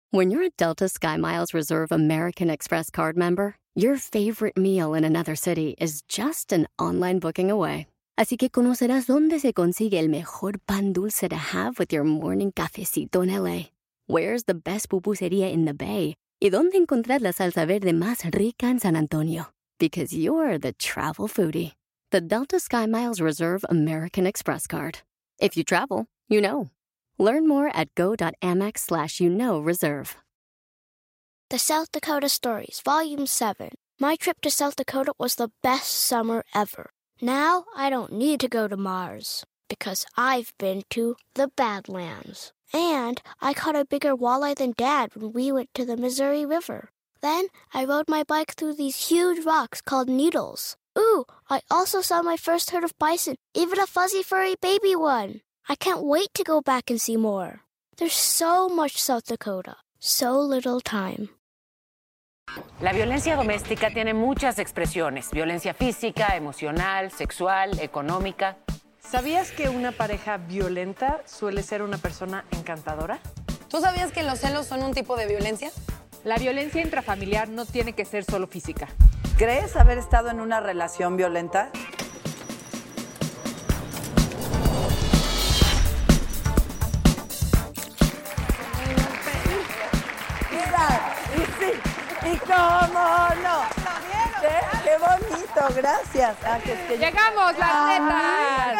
When you're a Delta SkyMiles Reserve American Express card member, your favorite meal in another city is just an online booking away. Así que conocerás dónde se consigue el mejor pan dulce to have with your morning cafecito en LA. Where's the best pupusería in the Bay? Y dónde encontrar la salsa verde más rica en San Antonio. Because you're the travel foodie. The Delta SkyMiles Reserve American Express card. If you travel, you know. Learn more at go.amex/reserve. The South Dakota Stories, Volume 7. My trip to South Dakota was the best summer ever. Now I don't need to go to Mars, because I've been to the Badlands. And I caught a bigger walleye than Dad when we went to the Missouri River. Then I rode my bike through these huge rocks called needles. Ooh, I also saw my first herd of bison, even a fuzzy furry baby one. I can't wait to go back and see more. There's so much South Dakota, so little time. La violencia doméstica tiene muchas expresiones. Violencia física, emocional, sexual, económica. ¿Sabías que una pareja violenta suele ser una persona encantadora? ¿Tú sabías que los celos son un tipo de violencia? La violencia intrafamiliar no tiene que ser solo física. ¿Crees haber estado en una relación violenta? ¿Y cómo no? ¡Qué bonito! Gracias. ¡Llegamos, las netas!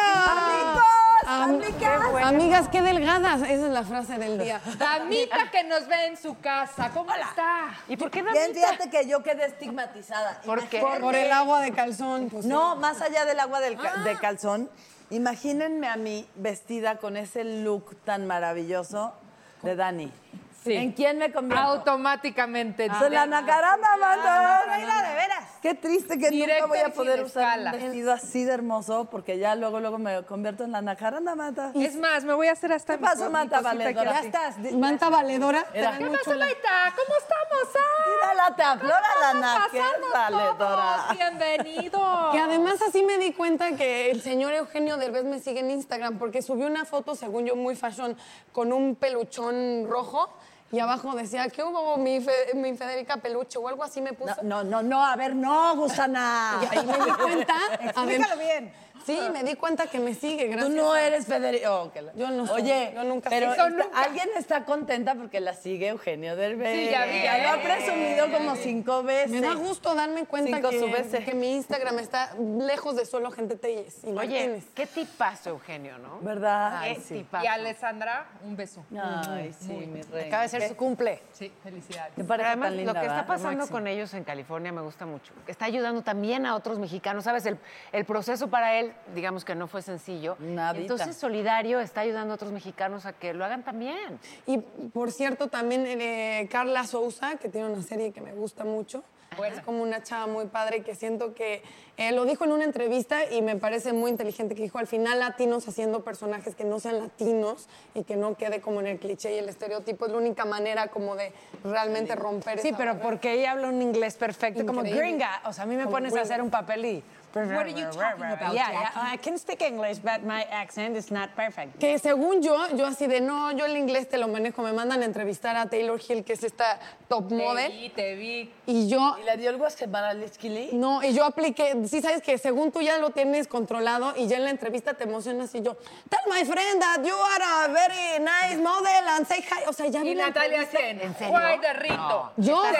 Amigas, qué delgadas. Esa es la frase del día. Damita que nos ve en su casa. ¿Cómo está? ¿Y por qué Bien, Damita? fíjate que yo quedé estigmatizada. ¿Por qué? Por el agua de calzón. Pues, No, más allá del agua de calzón, imagínense a mí vestida con ese look tan maravilloso de Dani. Sí. ¿En quién me convierto? Automáticamente. Soy la Nacaranda, mano. de veras. Qué triste que Directo nunca voy a y poder sin usar escala. un vestido así de hermoso, porque ya luego me convierto en la Nacaranda, Mata. Es más, me voy a hacer hasta ¿Qué pasó, Manta Valedora? Ya estás. Manta valedora. ¿Qué pasa, Maita? ¿Cómo estamos? Mírala, te aflora la Naquel Valedora. Bienvenido. Que además así me di cuenta que el señor Eugenio Derbez me sigue en Instagram porque subió una foto, según yo, muy fashion, con un peluchón rojo. Y abajo decía, ¿qué hubo mi Federica Peluche? O algo así me puso. No, a ver, no, gusana. Y ahí me di cuenta. Explícalo bien. Sí, me di cuenta que me sigue, gracias. Tú no eres Federico. Yo no soy. Oye, yo nunca pero soy. alguien está contenta porque la sigue Eugenio Derbez. Sí, ya vi. Lo ha presumido como 5 veces. Me da gusto darme cuenta 5 veces. que mi Instagram está lejos de solo gente Telles. Oye, qué tipazo, Eugenio, ¿no? ¿Verdad? Qué Ay, sí. tipazo. Y Alessandra, un beso. Ay, sí, mi reina. Acaba de ser su cumple. Sí, felicidades. Qué Pero pareja además, tan linda, lo que está ¿verdad? pasando con ellos en California me gusta mucho. Está ayudando también a otros mexicanos. ¿Sabes? El proceso para él, digamos que no fue sencillo. Nadita. Entonces, Solidario está ayudando a otros mexicanos a que lo hagan también. Y, por cierto, también Carla Souza, que tiene una serie que me gusta mucho. Es como una chava muy padre y que siento que lo dijo en una entrevista y me parece muy inteligente, que dijo al final latinos haciendo personajes que no sean latinos y que no quede como en el cliché y el estereotipo. Es la única manera como de realmente romper Sí, esa pero barrera. porque ella habla un inglés perfecto, como Increíble. gringa. O sea, a mí me Como pones a gringa. hacer un papel y... What are you talking about, Yeah, Jackie? I can speak English, but my accent is not perfect. Que según yo así de, no, yo el inglés te lo manejo. Me mandan a entrevistar a Taylor Hill, que es esta top model. Te vi. Y yo... ¿Y le dio el Guatemala al Esquilí? No, y yo apliqué, sí sabes que según tú ya lo tienes controlado y ya en la entrevista te emocionas y yo, tell my friend that you are a very nice model and say hi. O sea, ya vi Y la Natalia entrevista. Cien. ¿En serio? Juay de Rito.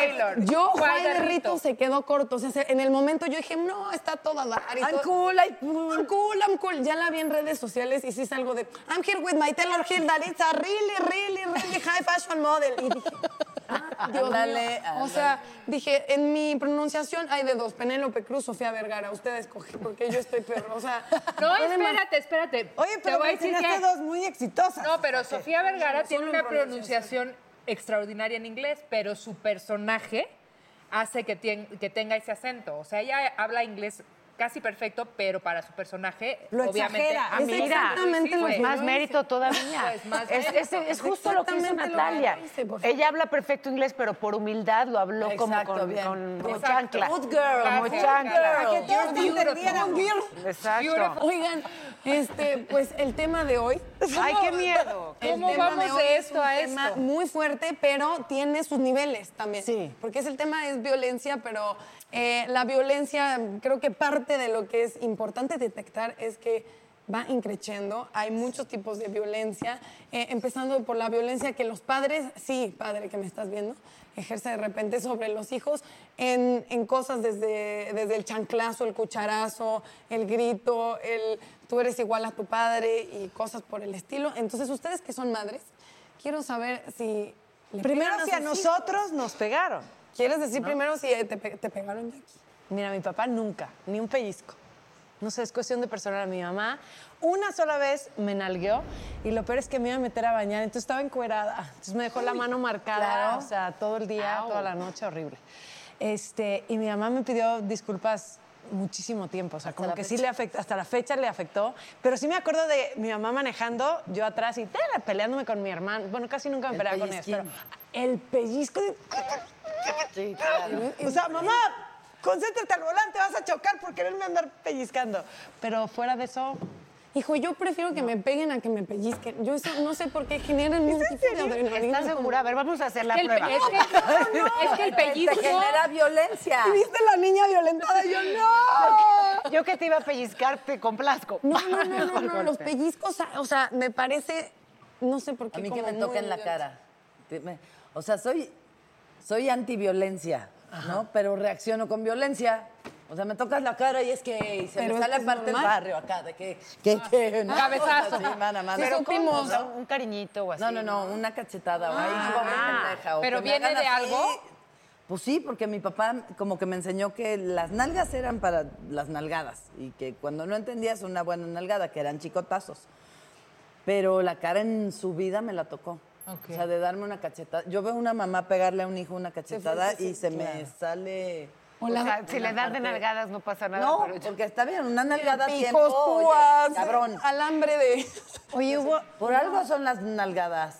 Yo, Juay Juay de Rito se quedó corto. O sea, en el momento yo dije, no, está toda la... I'm cool, I'm cool. Ya la vi en redes sociales y sí salgo de, I'm here with my Taylor Hill that it's a really high fashion model. Y dije, Dios Ándale, mío. O sea, dije, en mi pronunciación hay de dos, Penélope Cruz, Sofía Vergara. Usted escoge, porque yo estoy peor. O sea, No, espérate. Oye, Te pero voy a decir mencionaste que... dos muy exitosas. No, pero Sofía Vergara tiene Solo en una pronunciación extraordinaria en inglés, pero su personaje hace que tenga ese acento. O sea, ella habla inglés casi perfecto, pero para su personaje, Lo obviamente... exagera. Es Mira, exactamente lo pues que más yo mérito hice. todavía. Pues más Es justo lo que hizo Exactamente lo que Natalia. yo hice, por favor. Ella habla perfecto inglés, pero por humildad lo habló como Exacto, bien. como Exacto. chancla. Good girl. Como Gracias, chancla. Para que todos te entendieran. Exacto. Beautiful. Oigan, Pues el tema de hoy. ¡Ay, qué miedo! ¿Cómo El tema vamos hoy de es esto un a tema esto? muy fuerte, pero tiene sus niveles también. Sí. Porque el tema es violencia, pero la violencia, creo que parte de lo que es importante detectar es que va increciendo. Hay muchos tipos de violencia, empezando por la violencia que los padres, sí, padre que me estás viendo, ejerce de repente sobre los hijos en cosas desde el chanclazo, el cucharazo, el grito, tú eres igual a tu padre y cosas por el estilo. Entonces, ustedes que son madres, quiero saber si... le Primero, pegan si a sus hijos. nosotros nos pegaron. ¿Quieres decir primero si te pegaron, Jackie? Mira, mi papá nunca, ni un pellizco. No sé, es cuestión de personal. Mi mamá una sola vez me nalgueó y lo peor es que me iba a meter a bañar, entonces estaba encuerada. Entonces me dejó la mano marcada, claro. o sea, todo el día, toda la noche, horrible. Y mi mamá me pidió disculpas muchísimo tiempo, o sea, como que sí le afectó, hasta la fecha le afectó, pero sí me acuerdo de mi mamá manejando, yo atrás y peleándome con mi hermano. Bueno, casi nunca me peleaba con ellos, pero el pellizco de... Sí, claro. O sea, mamá, concéntrate al volante, vas a chocar por quererme andar pellizcando. Pero fuera de eso... Hijo, yo prefiero que me peguen a que me pellizquen. Yo eso no sé por qué generan un tipo de adrenalina. ¿Estás segura? A ver, vamos a hacer la Es prueba. que el pellizco... Te genera violencia. ¿Viste la niña violentada? Yo no. Yo que te iba a pellizcarte con plasco. No, los pellizcos, o sea, me parece, no sé por qué. A mí que como me muy toquen la violento. cara. O sea, soy antiviolencia, ¿no? Pero reacciono con violencia. O sea, me tocas la cara y es que se Pero me es sale que es parte del normal. barrio acá, de que ¿no? Cabezazo. Sí, mana. Pero ¿Cómo? supimos. Un cariñito o así. No, una cachetada o ahí, pobre pendeja, o ¿Pero que me viene hagan de así. algo? Pues sí, porque mi papá como que me enseñó que las nalgas eran para las nalgadas y que cuando no entendías una buena nalgada, que eran chicotazos. Pero la cara en su vida me la tocó. Ok. O sea, de darme una cachetada. Yo veo a una mamá pegarle a un hijo una cachetada sí, y se me sale... O sea, si le das de nalgadas no pasa nada. No, pero porque está bien, una nalgada a tiempo, Picos, oye, púas, cabrón. alambre de... Oye, hubo... Por algo son las nalgadas.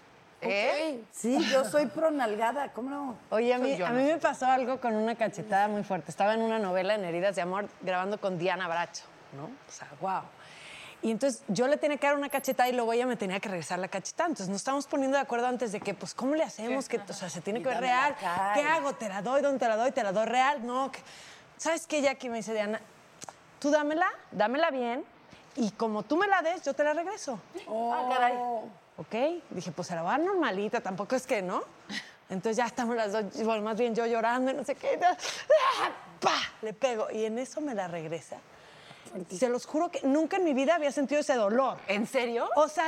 ¿Eh? Sí, yo soy pro nalgada, ¿cómo no? Oye, a mí me pasó algo con una cachetada muy fuerte. Estaba en una novela en Heridas de Amor grabando con Diana Bracho, ¿no? O sea, wow. Y entonces yo le tenía que dar una cachetada y luego ella me tenía que regresar la cachetada. Entonces nos estábamos poniendo de acuerdo antes de que, pues, ¿cómo le hacemos? Que, o sea, se tiene que ver dame real. la cara. ¿Qué hago? ¿Te la doy? ¿Dónde te la doy? ¿Te la doy real? No. ¿Sabes qué, Jackie? Me dice Diana, tú dámela bien y como tú me la des, yo te la regreso. Ah, caray. ¿Ok? Dije, pues se la va a dar normalita, tampoco es que, ¿no? Entonces ya estamos las dos, bueno, más bien yo llorando y no sé qué. ¡Pah! Le pego y en eso me la regresa. Se los juro que nunca en mi vida había sentido ese dolor. ¿En serio? O sea,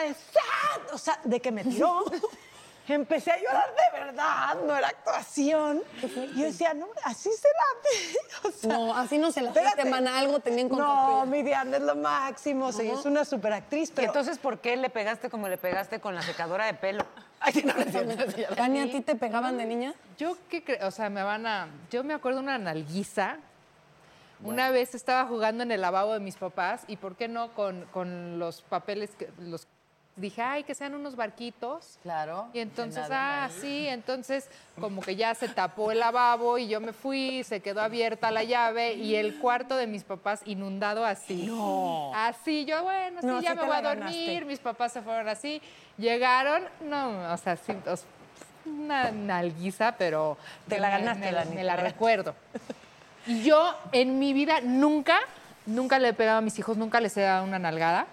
de que me tiró. Empecé a llorar de verdad, no era actuación. Y yo decía, no, así se la... O sea, No, así no se la espérate. hace, mana, algo tenían con No, mi Diana es lo máximo, o sea, es una superactriz, ¿Y pero... entonces por qué le pegaste como le pegaste con la secadora de pelo? Ay, no, Cani, ¿a ti te pegaban de niña? Yo qué creo, o sea, yo me acuerdo de una nalguiza. Una vez estaba jugando en el lavabo de mis papás y por qué no con los papeles dije, ay, que sean unos barquitos. Claro. Y entonces, que naden ahí. sí, entonces como que ya se tapó el lavabo y yo me fui, se quedó abierta la llave y el cuarto de mis papás inundado así. No. Así, yo, bueno, sí, No, ya sí me te voy la a dormir, ganaste. mis papás se fueron así, llegaron, no, o sea, sí, una nalguiza, pero... Te la ganaste, me Dani. la recuerdo. Y yo en mi vida nunca le he pegado a mis hijos, nunca les he dado una nalgada.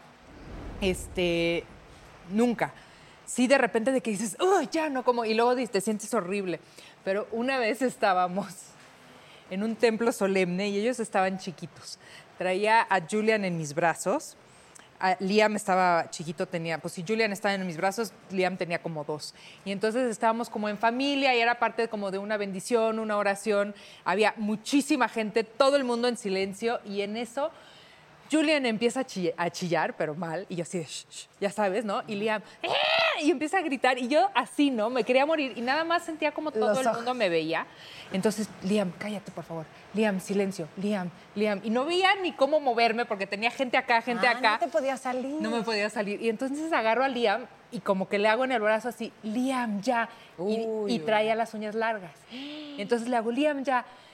Nunca. Sí, de repente de que dices, ¡uy, ya no como! Y luego te sientes horrible. Pero una vez estábamos en un templo solemne y ellos estaban chiquitos. Traía a Julian en mis brazos. Liam estaba chiquito, pues si Julian estaba en mis brazos, Liam tenía como 2. Y entonces estábamos como en familia y era parte como de una bendición, una oración. Había muchísima gente, todo el mundo en silencio y en eso Julian empieza a chillar, pero mal, y yo así de, shh, ya sabes, ¿no? Y Liam, ¡eh! Y empieza a gritar, y yo así, ¿no? Me quería morir, y nada más sentía como todo el mundo me veía. Entonces, Liam, cállate, por favor. Liam, silencio. Liam. Y no veía ni cómo moverme, porque tenía gente acá, gente acá. No te podía salir. No me podía salir. Y entonces agarro a Liam, y como que le hago en el brazo así, Liam, ya. Y traía las uñas largas. Entonces le hago, Liam, ya.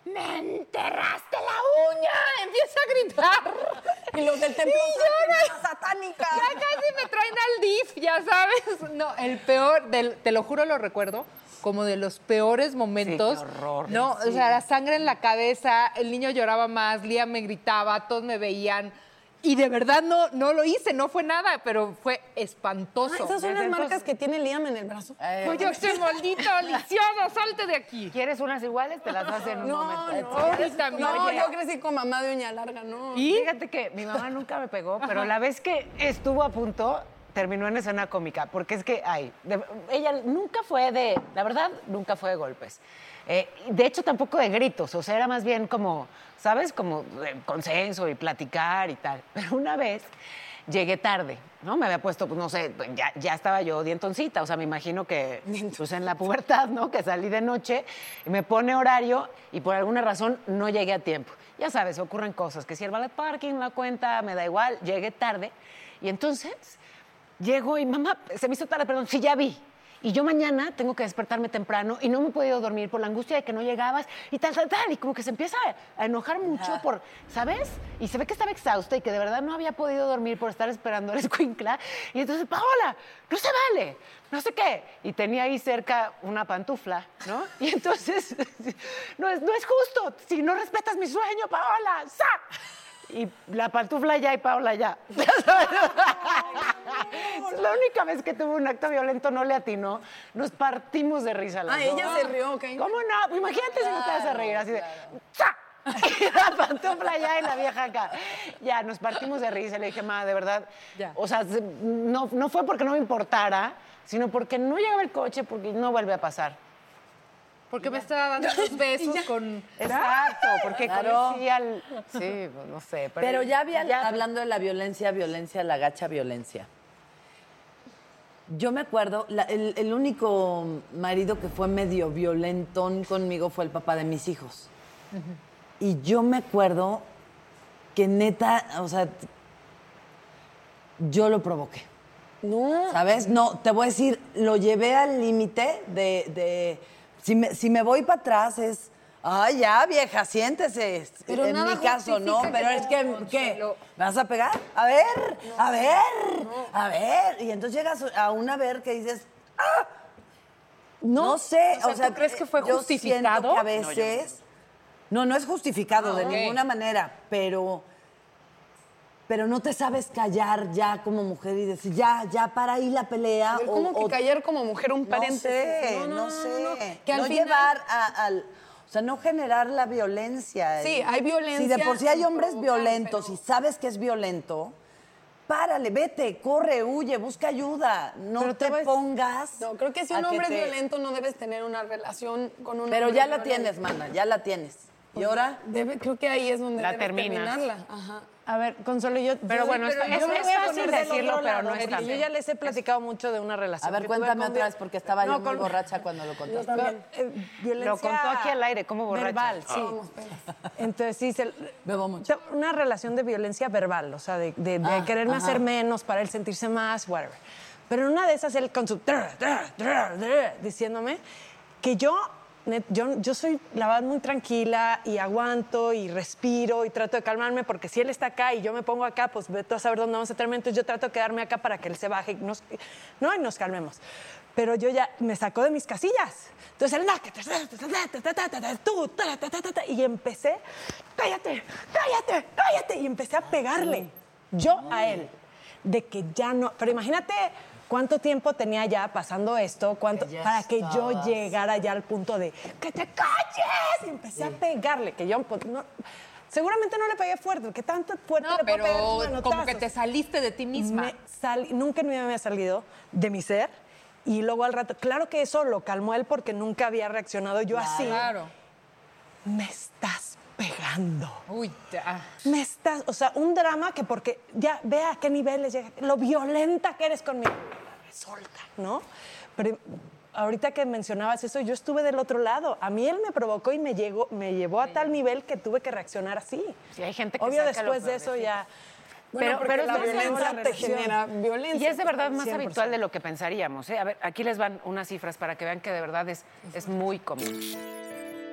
¡me enterraste la uña! Empieza a gritar. Y los del templo satánica. Ya casi me traen al DIF, ya sabes. No, el peor, te lo juro, lo recuerdo, como de los peores momentos. Sí, qué horror. No, o sea, la sangre en la cabeza, el niño lloraba más, Liam me gritaba, todos me veían. Y de verdad no lo hice, no fue nada, pero fue espantoso. Esas son las marcas que tiene Liam en el brazo. Oye, este maldito delicioso, salte de aquí. ¿Quieres unas iguales? Te las hacen en un momento. Ahorita, mira, No, ya. yo crecí con mamá de uña larga, no. Y fíjate que mi mamá nunca me pegó, pero la vez que estuvo a punto, terminó en escena cómica, porque es que, ella nunca fue la verdad, nunca fue de golpes. De hecho, tampoco de gritos, o sea, era más bien como, ¿sabes? Como de consenso y platicar y tal. Pero una vez llegué tarde, ¿no? Me había puesto, pues, no sé, ya estaba yo dientoncita, o sea, me imagino que, pues, en la pubertad, ¿no? Que salí de noche, y me pone horario y por alguna razón no llegué a tiempo. Ya sabes, ocurren cosas, que si el ballet parking, la cuenta, me da igual, llegué tarde. Y entonces llego y mamá, se me hizo tarde, perdón, sí, ya vi. Y yo mañana tengo que despertarme temprano y no me he podido dormir por la angustia de que no llegabas y tal. Y como que se empieza a enojar mucho por, ¿sabes? Y se ve que estaba exhausta y que de verdad no había podido dormir por estar esperando a la escuincla. Y entonces, Paola, no se vale, no sé qué. Y tenía ahí cerca una pantufla, ¿no? Y entonces, no es justo. Si no respetas mi sueño, Paola, ¡sa! Y la pantufla ya y Paola ya. La única vez que tuve un acto violento no le atinó. Nos partimos de risa las dos. Ella se rió, ¿ok? ¿Cómo no? Imagínate si no te vas a reír así de... ¡Sa! Y la pantufla ya y la vieja acá. Ya, nos partimos de risa. Le dije, ma, de verdad, Ya. o sea, no fue porque no me importara, sino porque no llegaba el coche, porque no vuelve a pasar. Porque me estaba dando unos besos con... Exacto, porque Claro. conocí al... Sí, pues no sé. Pero ya hablando de la violencia, la gacha violencia. Yo me acuerdo, el único marido que fue medio violentón conmigo fue el papá de mis hijos. Y yo me acuerdo que neta, o sea, yo lo provoqué. No. ¿Sabes? No, te voy a decir, lo llevé al límite de si me voy para atrás es, ay, ya, vieja, siéntese. Pero en nada mi caso, ¿no? justifica Pero que es te que, ¿qué? Consuelo. ¿Me vas a pegar? A ver. Y entonces llegas a una ver que dices, ¡ah! No sé. O sea, ¿tú crees que fue yo justificado? siento que a veces... No es justificado de ok. ninguna manera, pero no te sabes callar ya como mujer y decir, ya, para ahí la pelea. A ver, ¿cómo que callar como mujer un paréntesis? No sé. Que al no final- llevar o sea, no generar la violencia. Sí, hay violencia. Si de por sí hay en hombres provocar, violentos pero- y sabes que es violento, párale, vete, corre, huye, busca ayuda. No Pero te te vas- pongas. No, creo que si a un hombre es te- violento no debes tener una relación con un Pero hombre ya la violento. tienes, mana, ya la tienes. ¿Y ahora? Creo que ahí es donde La debes terminas. terminarla. Ajá. A ver, Consuelo, yo... Pero bueno, pero es yo me voy a fácil poner del decirlo, otro pero lado, no es tan... Yo ya les he platicado mucho de una relación. A ver, que tuve cuéntame con otra vez, porque estaba yo muy con- borracha cuando lo contaste. Violencia Lo contó aquí al aire, ¿cómo borracha? verbal, sí. Entonces, sí, Bebo mucho. una relación de violencia verbal, o sea, de quererme hacer menos para él sentirse más, whatever. Pero en una de esas, él con su... diciéndome que yo soy, la verdad, muy tranquila y aguanto y respiro y trato de calmarme porque si él está acá y yo me pongo acá, pues vete a saber dónde vamos a terminar. Entonces yo trato de quedarme acá para que él se baje y nos calmemos. Pero yo ya me sacó de mis casillas. Entonces él, no, que tú, y empecé, cállate. Y empecé a pegarle, yo a él, de que ya no. Pero imagínate cuánto tiempo tenía ya pasando esto, para que yo llegara ya al punto de que te calles. Y empecé a pegarle, que yo pues, no. Seguramente no le pegué fuerte, porque tanto fuerte No, le puedo pegar esos pero como que manotazos. te saliste de ti misma. Nunca me había salido de mi ser. Y luego al rato, claro que eso lo calmó él porque nunca había reaccionado yo así. Claro. Me estás pegando. Uy, ya. Me estás, o sea, un drama que porque ya ve a qué niveles llega, lo violenta que eres conmigo. Resulta, ¿no? Pero ahorita que mencionabas eso, yo estuve del otro lado. A mí él me provocó y me llevó a tal nivel que tuve que reaccionar así. Sí, hay gente que Obvio, saca lo después de peor eso sí. ya. Bueno, pero la es más violencia una te relación. genera violencia. Y es de verdad más 100%. habitual de lo que pensaríamos. ¿Eh? A ver, aquí les van unas cifras para que vean que de verdad es muy común.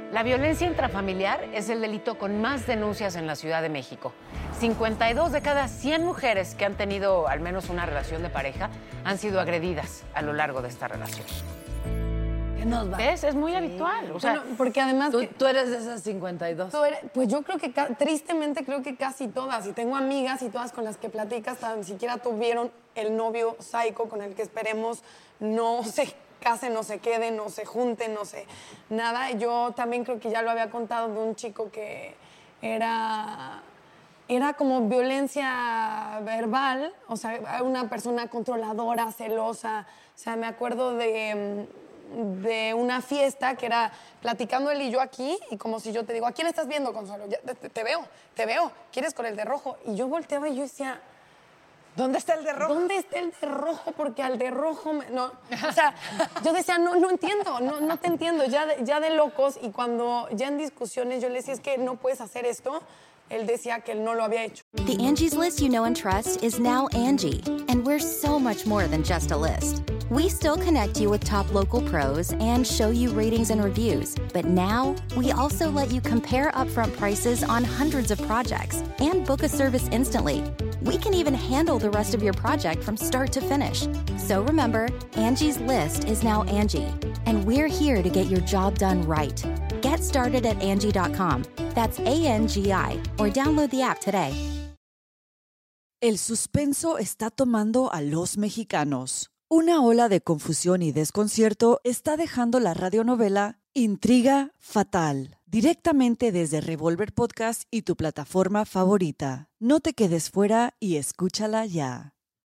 La violencia intrafamiliar es el delito con más denuncias en la Ciudad de México. 52 de cada 100 mujeres que han tenido al menos una relación de pareja han sido agredidas a lo largo de esta relación. ¿Qué nos va? ¿Ves? Es muy habitual. O sea, Bueno, porque además... Tú eres de esas 52. Pues yo creo que, tristemente, creo que casi todas. Y tengo amigas y todas con las que platicas, tan siquiera tuvieron el novio psycho con el que esperemos no se casen, no se queden, no se junten, no sé, nada. Yo también creo que ya lo había contado de un chico que era como violencia verbal, o sea, una persona controladora, celosa. O sea, me acuerdo de una fiesta que era platicando él y yo aquí, y como si yo te digo, ¿a quién estás viendo, Consuelo? Ya, te veo, ¿quieres con el de rojo? Y yo volteaba y yo decía, ¿Dónde está el de rojo? ¿dónde está el de rojo? Porque al de rojo, no. O sea, yo decía, no entiendo, no te entiendo, ya de locos. Y cuando ya en discusiones yo le decía, es que no puedes hacer esto, él decía que él no lo había hecho. The Angie's List you know and trust is now Angie, and we're so much more than just a list. We still connect you with top local pros and show you ratings and reviews, but now we also let you compare upfront prices on hundreds of projects and book a service instantly. We can even handle the rest of your project from start to finish. So remember, Angie's List is now Angie, and we're here to get your job done right. Get started at Angie.com. That's ANGI, or download the app today. El suspenso está tomando a los mexicanos. Una ola de confusión y desconcierto está dejando la radionovela Intriga Fatal, directamente desde Revolver Podcast y tu plataforma favorita. No te quedes fuera y escúchala ya.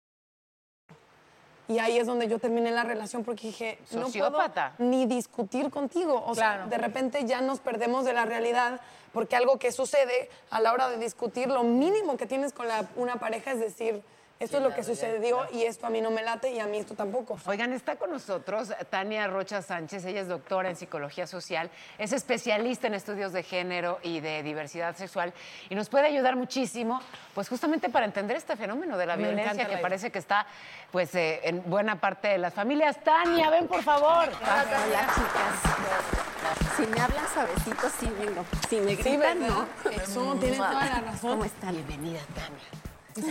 Y ahí es donde yo terminé la relación porque dije, Sociópata. no puedo ni discutir contigo. O sea, de repente ya nos perdemos de la realidad porque algo que sucede a la hora de discutir, lo mínimo que tienes con una pareja es decir, esto es lo que sucedió y esto a mí no me late y a mí esto tampoco. Oigan, está con nosotros Tania Rocha Sánchez. Ella es doctora en psicología social, es especialista en estudios de género y de diversidad sexual y nos puede ayudar muchísimo, pues justamente para entender este fenómeno de la violencia que parece que está, pues, en buena parte de las familias. Tania, ven por favor. Hola, chicas. Si me hablan suavecito, sí vengo. Si me gritan, no. Eso, tienes toda la razón. ¿Cómo están? Bienvenida, Tania. Pues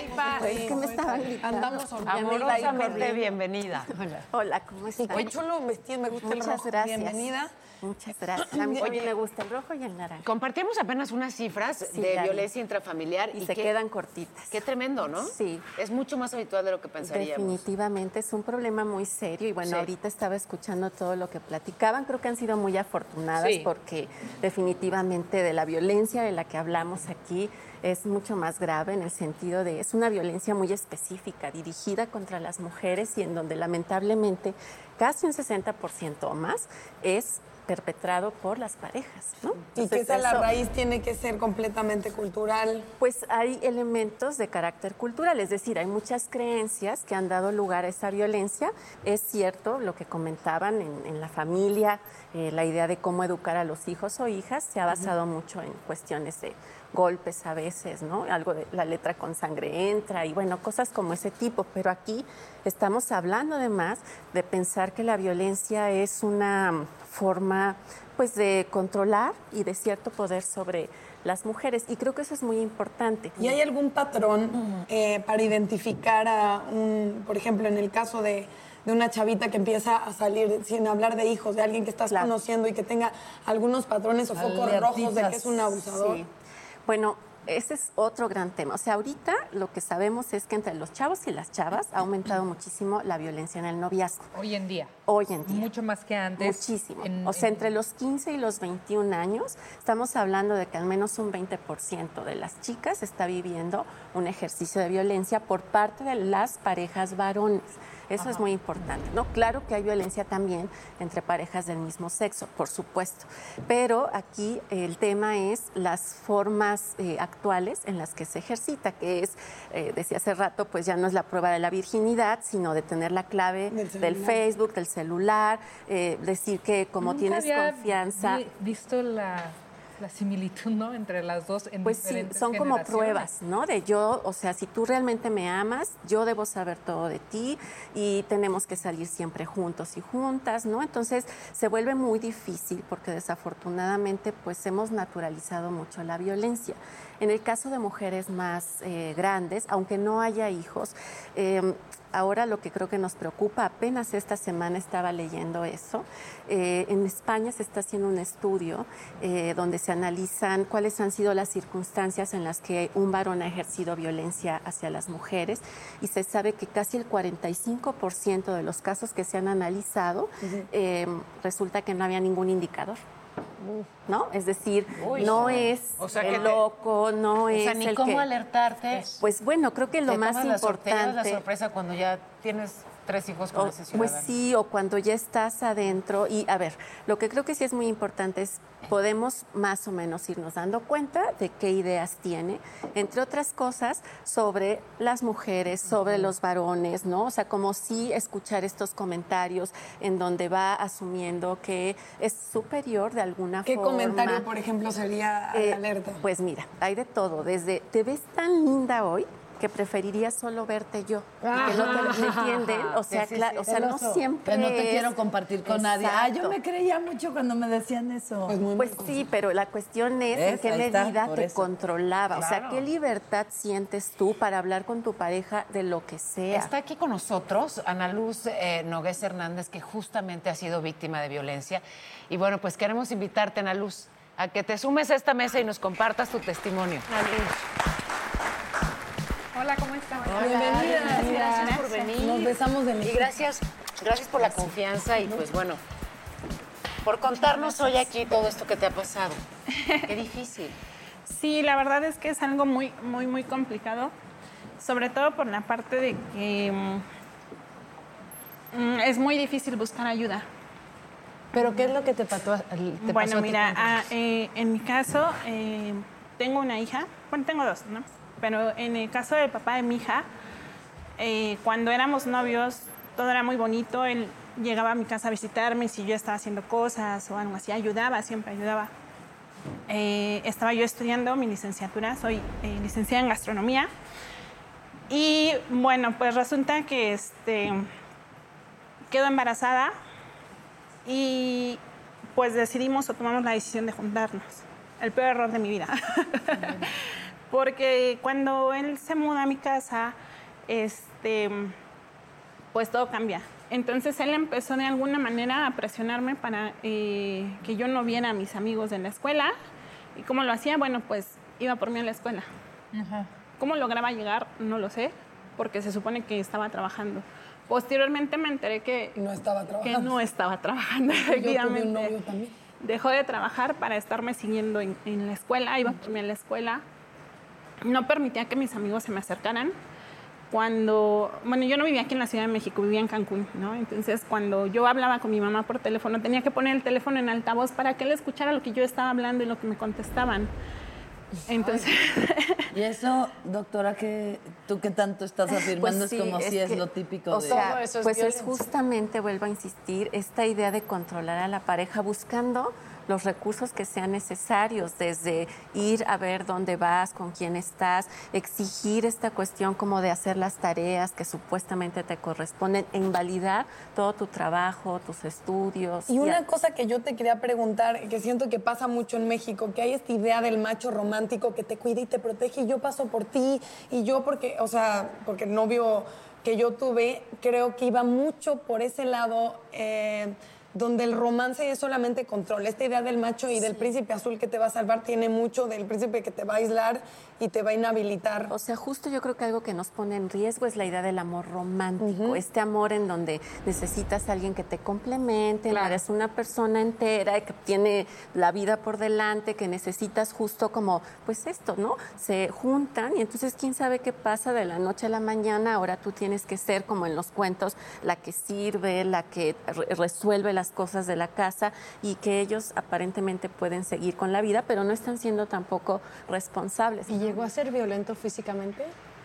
que me estaban gritando. Andamos Amorosamente bienvenida. Hola, ¿cómo están? Qué chulo vestido, me gusta el Muchas rojo. gracias. Bienvenida. Muchas gracias. A mí también me gusta el rojo y el naranja. Compartimos apenas unas cifras Sí, de Gaby. violencia intrafamiliar. Y se quedan cortitas. Qué tremendo, ¿no? Sí. Es mucho más habitual de lo que pensaríamos. Definitivamente es un problema muy serio y bueno, Sí. ahorita estaba escuchando todo lo que platicaban, creo que han sido muy afortunadas Sí. porque definitivamente de la violencia de la que hablamos aquí es mucho más grave en el sentido de es una violencia muy específica dirigida contra las mujeres y en donde lamentablemente casi un 60% o más es perpetrado por las parejas, ¿no? Y que Entonces, esa la eso- raíz tiene que ser completamente cultural. Pues hay elementos de carácter cultural, es decir, hay muchas creencias que han dado lugar a esa violencia. Es cierto lo que comentaban en la familia, la idea de cómo educar a los hijos o hijas se ha basado mucho en cuestiones de golpes a veces, ¿no? Algo de la letra con sangre entra y bueno, cosas como ese tipo. Pero aquí estamos hablando además de pensar que la violencia es una forma pues de controlar y de cierto poder sobre las mujeres y creo que eso es muy importante. ¿Y hay algún patrón para identificar a por ejemplo, en el caso de una chavita que empieza a salir sin hablar de hijos, de alguien que estás Claro. conociendo y que tenga algunos patrones o focos rojos de que es un abusador? Sí. Bueno, ese es otro gran tema. O sea, ahorita lo que sabemos es que entre los chavos y las chavas ha aumentado muchísimo la violencia en el noviazgo. Hoy en día. Hoy en día. Mucho más que antes. Muchísimo. O sea, entre los 15 y los 21 años, estamos hablando de que al menos un 20% de las chicas está viviendo un ejercicio de violencia por parte de las parejas varones. Eso es muy importante, ¿no? Claro que hay violencia también entre parejas del mismo sexo, por supuesto, pero aquí el tema es las formas actuales en las que se ejercita, que es, decía hace rato, pues ya no es la prueba de la virginidad, sino de tener la clave del Facebook, del celular, decir que como Nunca tienes había confianza... visto la similitud, ¿no? Entre las dos en Pues sí, diferentes son como generaciones. pruebas, ¿no? De yo, o sea, si tú realmente me amas, yo debo saber todo de ti y tenemos que salir siempre juntos y juntas, ¿no? Entonces se vuelve muy difícil porque desafortunadamente pues hemos naturalizado mucho la violencia. En el caso de mujeres más grandes, aunque no haya hijos, ahora lo que creo que nos preocupa, apenas esta semana estaba leyendo eso, en España se está haciendo un estudio donde se analizan cuáles han sido las circunstancias en las que un varón ha ejercido violencia hacia las mujeres y se sabe que casi el 45% de los casos que se han analizado resulta que no había ningún indicador. ¿No? Es decir, no es el loco, no es ni el cómo que... alertarte. Pues bueno, creo que lo más importante... Te llevas la sorpresa cuando ya tienes 3 hijos con ese ciudadano. Pues sí, o cuando ya estás adentro. Y a ver, lo que creo que sí es muy importante es podemos más o menos irnos dando cuenta de qué ideas tiene, entre otras cosas, sobre las mujeres, sobre los varones, ¿no? O sea, como sí escuchar estos comentarios en donde va asumiendo que es superior de alguna ¿Qué forma. comentario, por ejemplo, sería alerta? Pues mira, hay de todo, desde te ves tan linda hoy que preferiría solo verte yo. Que no te entienden. O sea, o sea, no siempre. Que no te quiero compartir con nadie. Ah, yo me creía mucho cuando me decían eso. Pues sí, pero la cuestión es en qué medida te controlaba. Claro. O sea, qué libertad sientes tú para hablar con tu pareja de lo que sea. Está aquí con nosotros Ana Luz Nogués Hernández, que justamente ha sido víctima de violencia. Y bueno, pues queremos invitarte, Ana Luz, a que te sumes a esta mesa y nos compartas tu testimonio. Ana Luz. Hola, ¿cómo están? Bienvenida. Gracias por venir. Nos besamos de Y gracias por la confianza y pues bueno, por contarnos hoy aquí todo esto que te ha pasado. Qué difícil. Sí, la verdad es que es algo muy, muy, muy complicado, sobre todo por la parte de que es muy difícil buscar ayuda. ¿Pero qué es lo que te pasó? Bueno, mira, en mi caso, tengo una hija, bueno, tengo 2, ¿no? Pero en el caso del papá de mi hija, cuando éramos novios, todo era muy bonito. Él llegaba a mi casa a visitarme si yo estaba haciendo cosas o algo así. Ayudaba, siempre ayudaba. Estaba yo estudiando mi licenciatura, soy licenciada en gastronomía. Y bueno, pues resulta que quedo embarazada y pues decidimos o tomamos la decisión de juntarnos. El peor error de mi vida. Porque cuando él se muda a mi casa, pues todo cambia. Entonces él empezó de alguna manera a presionarme para que yo no viera a mis amigos de la escuela. ¿Y cómo lo hacía? Bueno, pues iba por mí a la escuela. ¿Cómo lograba llegar? No lo sé, porque se supone que estaba trabajando. Posteriormente me enteré que no estaba trabajando. Que no estaba trabajando, efectivamente. Yo tuve un novio también. Dejó de trabajar para estarme siguiendo en la escuela, iba por mí a la escuela. No permitía que mis amigos se me acercaran. Bueno, yo no vivía aquí en la Ciudad de México, vivía en Cancún, ¿no? Entonces, cuando yo hablaba con mi mamá por teléfono, tenía que poner el teléfono en altavoz para que él escuchara lo que yo estaba hablando y lo que me contestaban. Entonces... Y eso, doctora, que tú que tanto estás afirmando, pues sí, es como si es lo típico o de... sea, eso es pues violencia. es justamente, vuelvo a insistir, esta idea de controlar a la pareja buscando los recursos que sean necesarios, desde ir a ver dónde vas, con quién estás, exigir esta cuestión como de hacer las tareas que supuestamente te corresponden, e invalidar todo tu trabajo, tus estudios. Y una cosa que yo te quería preguntar, que siento que pasa mucho en México, que hay esta idea del macho romántico que te cuida y te protege, y yo paso por ti, y yo porque el novio que yo tuve, creo que iba mucho por ese lado, donde el romance es solamente control. Esta idea del macho y del príncipe azul que te va a salvar tiene mucho del príncipe que te va a aislar y te va a inhabilitar. O sea, justo yo creo que algo que nos pone en riesgo es la idea del amor romántico, este amor en donde necesitas a alguien que te complemente, no eres una persona entera que tiene la vida por delante, que necesitas justo como, pues esto, ¿no? Se juntan y entonces quién sabe qué pasa de la noche a la mañana. Ahora tú tienes que ser, como en los cuentos, la que sirve, la que resuelve las cosas de la casa, y que ellos aparentemente pueden seguir con la vida, pero no están siendo tampoco responsables. ¿Y llegó a ser violento físicamente?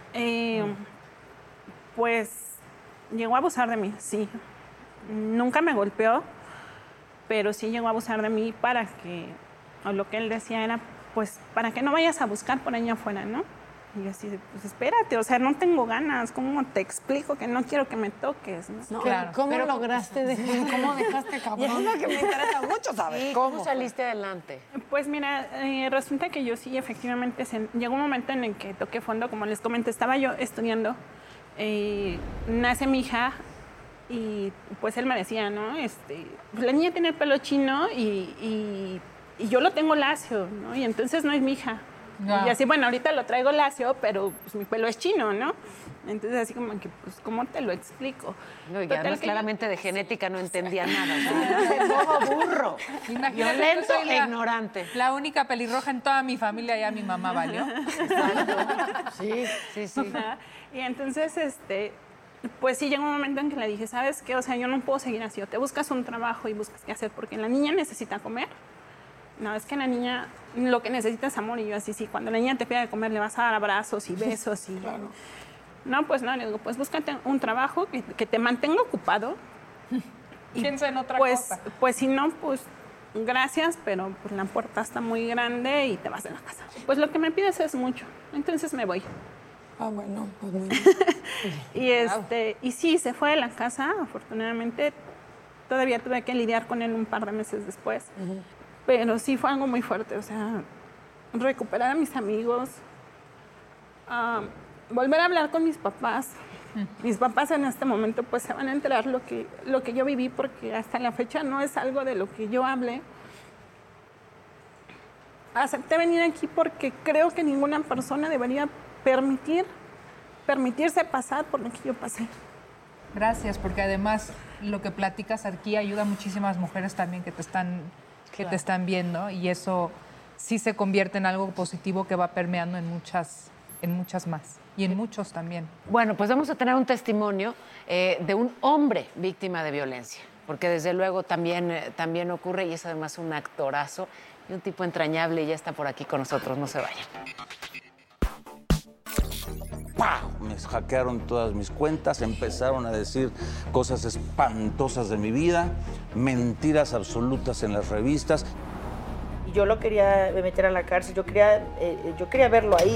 Pues llegó a abusar de mí, sí. Nunca me golpeó, pero sí llegó a abusar de mí para que o lo que él decía era, pues, para que no vayas a buscar por allá afuera, ¿no? Y yo así, pues espérate, o sea, no tengo ganas, ¿cómo te explico que no quiero que me toques? ¿No? Claro. ¿Cómo lograste dejar? ¿Cómo dejaste cabrón? Y eso es lo que me interesa mucho saber. Sí, ¿Cómo saliste adelante? Pues mira, resulta que yo sí, efectivamente, llegó un momento en el que toqué fondo, como les comenté, estaba yo estudiando, nace mi hija y pues él me decía, ¿no? Pues la niña tiene el pelo chino y yo lo tengo lacio, ¿no? Y entonces no es mi hija. No. Y así, bueno, ahorita lo traigo lacio, pero pues mi pelo es chino, ¿no? Entonces así como que, pues, ¿cómo te lo explico? No, y Total además que claramente de genética no entendía nada. O sea, bobo, burro, Imagínate, violento yo soy e ignorante. La única pelirroja en toda mi familia, ya mi mamá valió. Sí. Ajá. Y entonces, pues sí llegó un momento en que le dije, ¿sabes qué? O sea, yo no puedo seguir así. O te buscas un trabajo y buscas qué hacer, porque la niña necesita comer. No, es que la niña lo que necesita es amor. Y yo así, sí, cuando la niña te pide de comer le vas a dar abrazos y besos. Y claro. No, pues no, le digo, pues búscate un trabajo que te mantenga ocupado. Y piensa en otra pues, cosa. Pues si no, pues gracias, pero pues, la puerta está muy grande y te vas de la casa. Pues lo que me pides es mucho, entonces me voy. Ah, bueno, pues muy bien. Y sí, se fue de la casa, afortunadamente. Todavía tuve que lidiar con él un par de meses después. Pero sí fue algo muy fuerte, o sea, recuperar a mis amigos, volver a hablar con mis papás. Mis papás en este momento pues se van a enterar lo que yo viví, porque hasta la fecha no es algo de lo que yo hablé. Acepté venir aquí porque creo que ninguna persona debería permitirse pasar por lo que yo pasé. Gracias, porque además lo que platicas aquí ayuda a muchísimas mujeres también que te están viendo, y eso sí se convierte en algo positivo que va permeando en muchas más y en muchos también. Bueno, pues vamos a tener un testimonio de un hombre víctima de violencia, porque desde luego también ocurre, y es además un actorazo y un tipo entrañable, y ya está por aquí con nosotros, no se vayan. ¡Pau! Me hackearon todas mis cuentas, empezaron a decir cosas espantosas de mi vida, mentiras absolutas en las revistas. Yo lo quería meter a la cárcel, yo quería verlo ahí.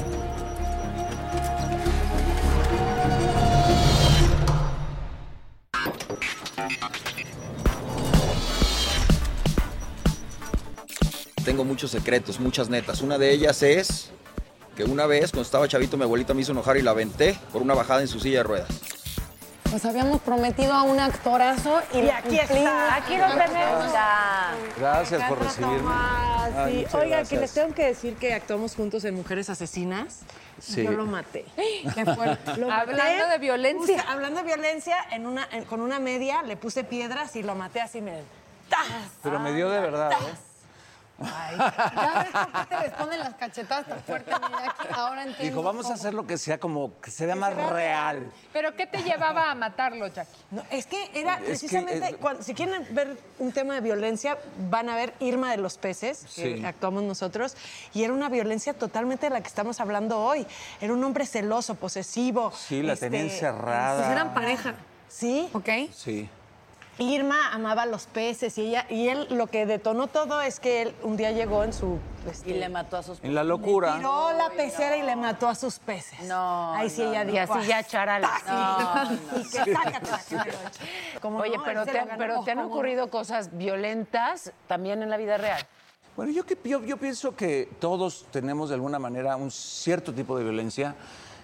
Tengo muchos secretos, muchas netas. Una de ellas es que una vez, cuando estaba chavito, mi abuelita me hizo enojar y la aventé por una bajada en su silla de ruedas. Pues habíamos prometido a un actorazo y aquí está. Aquí lo tenemos. Gracias por recibirme. Sí. Muchas Oiga, gracias. que les tengo que decir que actuamos juntos en Mujeres Asesinas. Sí. Yo lo maté. Qué fuerte. Lo maté. Hablando de violencia. Hablando de violencia, con una media le puse piedras y lo maté así, miren. ¡Tas! Pero me dio de verdad, ¿eh? Ay, ya ves por qué te les ponen las cachetadas tan fuertes, Miyaki. Ahora entiendo. Dijo, vamos a hacer lo que sea como que se vea más real. ¿Pero qué te llevaba a matarlo, Jackie? No, es que era precisamente, si quieren ver un tema de violencia, van a ver Irma de los Peces, que actuamos nosotros, y era una violencia totalmente de la que estamos hablando hoy. Era un hombre celoso, posesivo. Sí, la tenía encerrada. Pues eran pareja. ¿Sí? ¿Ok? Sí. Irma amaba los peces y él lo que detonó todo es que él un día llegó en su... Y le mató a sus peces. En la locura. Tiró la pecera y le mató a sus peces. No. Ahí sí ella dijo... Y así ya charal. Y que sácate. Oye, pero te han ocurrido cosas violentas también en la vida real. Bueno, yo pienso que todos tenemos de alguna manera un cierto tipo de violencia.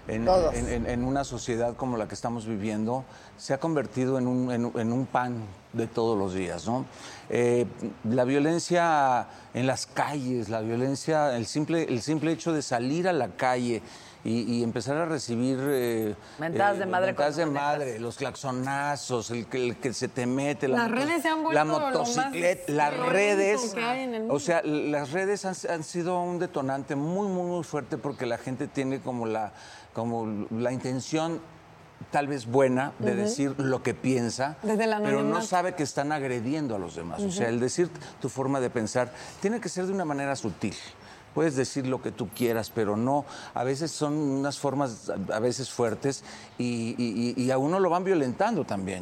En una sociedad como la que estamos viviendo, se ha convertido en un pan de todos los días, ¿no? La violencia en las calles, la violencia, el simple hecho de salir a la calle y empezar a recibir mentadas de madre, los claxonazos, el que se te mete, las redes se han vuelto la motocicleta, las redes, que hay en el mundo. o sea, las redes han sido un detonante muy, muy, muy fuerte, porque la gente tiene como la intención tal vez buena de decir lo que piensa, pero no sabe que están agrediendo a los demás. O sea, el decir tu forma de pensar tiene que ser de una manera sutil. Puedes decir lo que tú quieras, pero no. A veces son unas formas, a veces fuertes, y a uno lo van violentando también.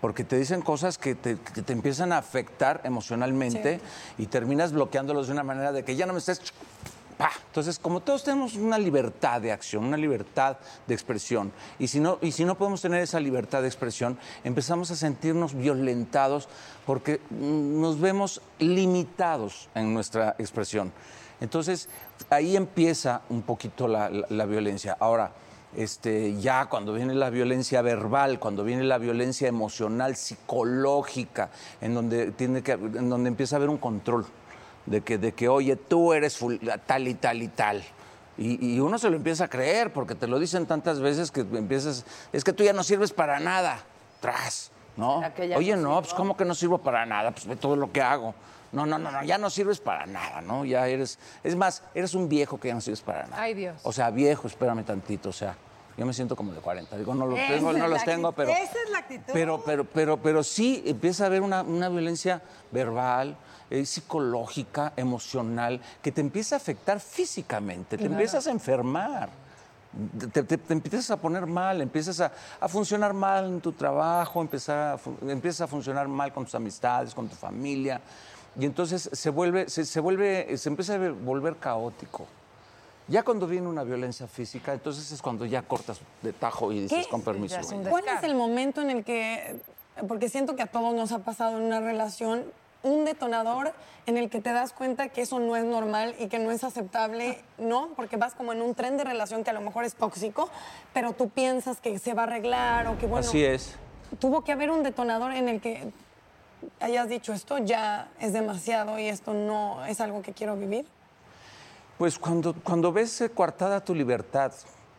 porque te dicen cosas que te empiezan a afectar emocionalmente y terminas bloqueándolos de una manera de que ya no me estés... ¡Pah! Entonces, como todos tenemos una libertad de acción, una libertad de expresión, y si no podemos tener esa libertad de expresión, empezamos a sentirnos violentados porque nos vemos limitados en nuestra expresión. Entonces, ahí empieza un poquito la violencia. Ahora, ya cuando viene la violencia verbal, cuando viene la violencia emocional, psicológica, en donde empieza a haber un control de que oye, tú eres tal y tal y tal. Y uno se lo empieza a creer porque te lo dicen tantas veces que empiezas, es que tú ya no sirves para nada. Tras, ¿no? Oye, no, pues ¿cómo que no sirvo para nada? Pues ve todo lo que hago. No, ya no sirves para nada, ¿no? Ya eres un viejo que ya no sirves para nada. Ay, Dios. O sea, viejo, espérame tantito, o sea, yo me siento como de 40. Digo, no los tengo, pero... Esa es la actitud. Pero sí empieza a haber una violencia verbal, psicológica, emocional, que te empieza a afectar físicamente, te empiezas a enfermar. Te empiezas a poner mal, empiezas a funcionar mal en tu trabajo, empiezas a funcionar mal con tus amistades, con tu familia, y entonces se empieza a volver caótico. Ya cuando viene una violencia física, entonces es cuando ya cortas de tajo y dices, con permiso. ¿Cuál es el momento en el que, porque siento que a todos nos ha pasado en una relación, un detonador en el que te das cuenta que eso no es normal y que no es aceptable, ¿no? Porque vas como en un tren de relación que a lo mejor es tóxico, pero tú piensas que se va a arreglar o que, bueno... Así es. Tuvo que haber un detonador en el que hayas dicho, esto ya es demasiado y esto no es algo que quiero vivir. Pues cuando ves coartada tu libertad,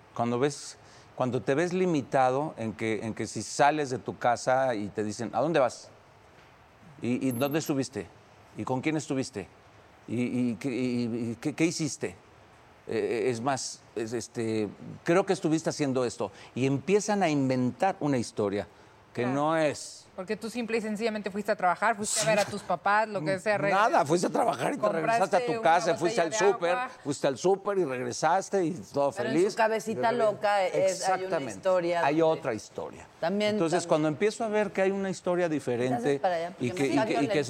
cuando te ves limitado en que si sales de tu casa y te dicen, ¿a dónde vas? ¿Y dónde estuviste? ¿Y con quién estuviste? ¿Y qué hiciste? Es más, creo que estuviste haciendo esto. Y empiezan a inventar una historia que no es. Porque tú simple y sencillamente fuiste a trabajar, fuiste a ver a tus papás, lo que sea. Nada, fuiste a trabajar y te regresaste a tu casa, fuiste al súper y regresaste y todo pero feliz. En su cabecita loca hay una historia. Hay otra historia. Entonces, cuando empiezo a ver que hay una historia diferente y que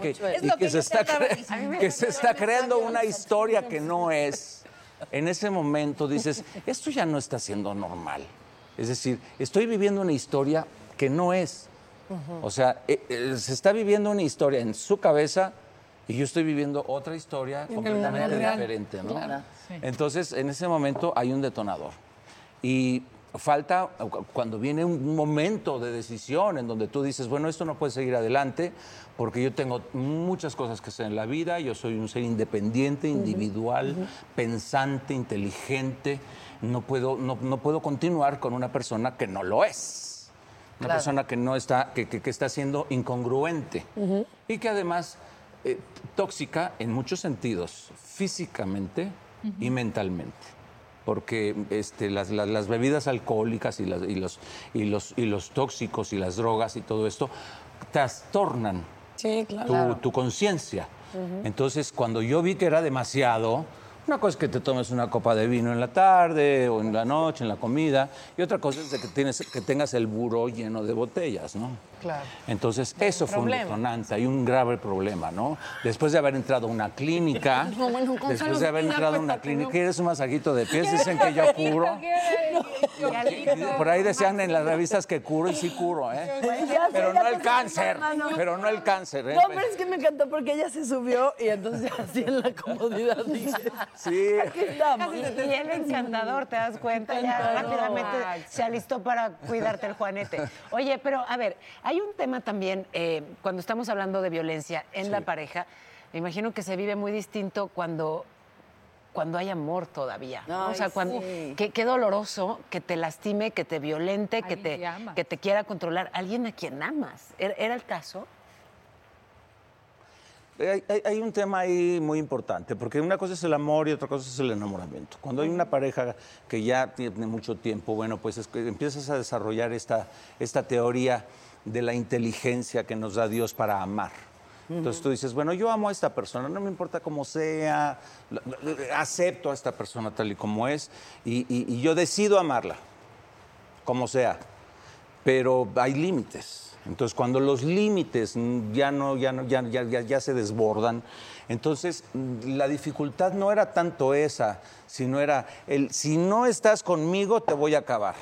se está creando una historia que no es, en ese momento dices, esto ya no está siendo normal. Es decir, estoy viviendo una historia que no es. O sea, se está viviendo una historia en su cabeza y yo estoy viviendo otra historia completamente diferente, ¿no? Claro. Sí. Entonces, en ese momento hay un detonador. Y falta, cuando viene un momento de decisión en donde tú dices, bueno, esto no puede seguir adelante porque yo tengo muchas cosas que hacer en la vida, yo soy un ser independiente, individual, pensante, inteligente, no puedo continuar con una persona que no lo es. Una persona que no está, que está siendo incongruente y que además tóxica en muchos sentidos, físicamente y mentalmente. Porque las bebidas alcohólicas y los tóxicos y las drogas y todo esto trastornan tu conciencia. Entonces, cuando yo vi que era demasiado, una cosa es que te tomes una copa de vino en la tarde o en la noche, en la comida, y otra cosa es de que tengas el buró lleno de botellas, ¿no? Claro. Entonces, eso fue un detonante, hay un grave problema, ¿no? Después de haber entrado a una clínica, ¿quieres un masajito de pies? Dicen que yo curo. Por ahí decían en las revistas que curo y sí curo, ¿eh? Pero no el cáncer, pero no el cáncer, ¿eh? No, pero es que me encantó porque ella se subió y entonces así en la comodidad dije, sí. Aquí estamos. Y él encantador, ¿te das cuenta? Ya rápidamente se alistó para cuidarte el Juanete. Oye, pero a ver, hay un tema también, cuando estamos hablando de violencia en la pareja, me imagino que se vive muy distinto cuando hay amor todavía, ¿no? Ay, o sea, qué doloroso que te lastime, que te violente, que te quiera controlar. Alguien a quien amas. ¿Era el caso? Hay un tema ahí muy importante, porque una cosa es el amor y otra cosa es el enamoramiento. Cuando hay una pareja que ya tiene mucho tiempo, bueno, pues empiezas a desarrollar esta teoría de la inteligencia que nos da Dios para amar. Entonces tú dices, bueno, yo amo a esta persona, no me importa cómo sea, acepto a esta persona tal y como es, y yo decido amarla, como sea, pero hay límites. Entonces, cuando los límites ya se desbordan, entonces la dificultad no era tanto esa, sino era si no estás conmigo, te voy a acabar.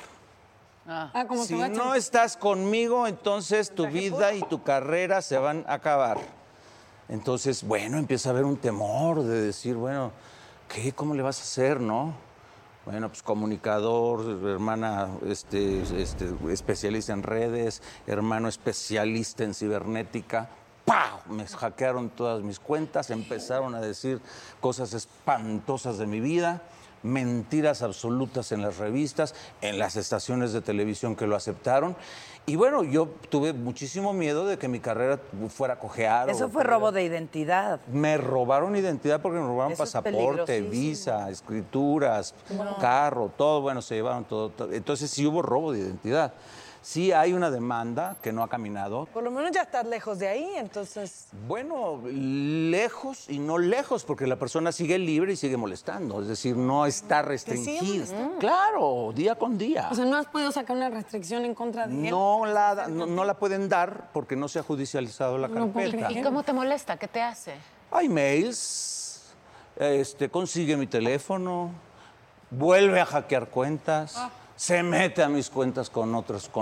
Como si no estás conmigo, entonces tu vida y tu carrera se van a acabar. Entonces, bueno, empieza a haber un temor de decir, bueno, ¿cómo le vas a hacer, no? Bueno, pues comunicador, hermana especialista en redes, hermano especialista en cibernética. ¡Pau! Me hackearon todas mis cuentas, empezaron a decir cosas espantosas de mi vida, mentiras absolutas en las revistas, en las estaciones de televisión que lo aceptaron. Y bueno, yo tuve muchísimo miedo de que mi carrera fuera a cojear. Eso fue robo de identidad. Me robaron identidad porque me robaron pasaporte, visa, escrituras, carro, todo. Bueno, se llevaron todo. Entonces sí hubo robo de identidad. Sí hay una demanda que no ha caminado. Por lo menos ya estás lejos de ahí, entonces... Bueno, lejos y no lejos, porque la persona sigue libre y sigue molestando. Es decir, no está restringida. Claro, día con día. O sea, ¿no has podido sacar una restricción en contra de él? No la pueden dar porque no se ha judicializado la carpeta. ¿Y cómo te molesta? ¿Qué te hace? Hay mails, consigue mi teléfono, vuelve a hackear cuentas. Se mete a mis cuentas con otros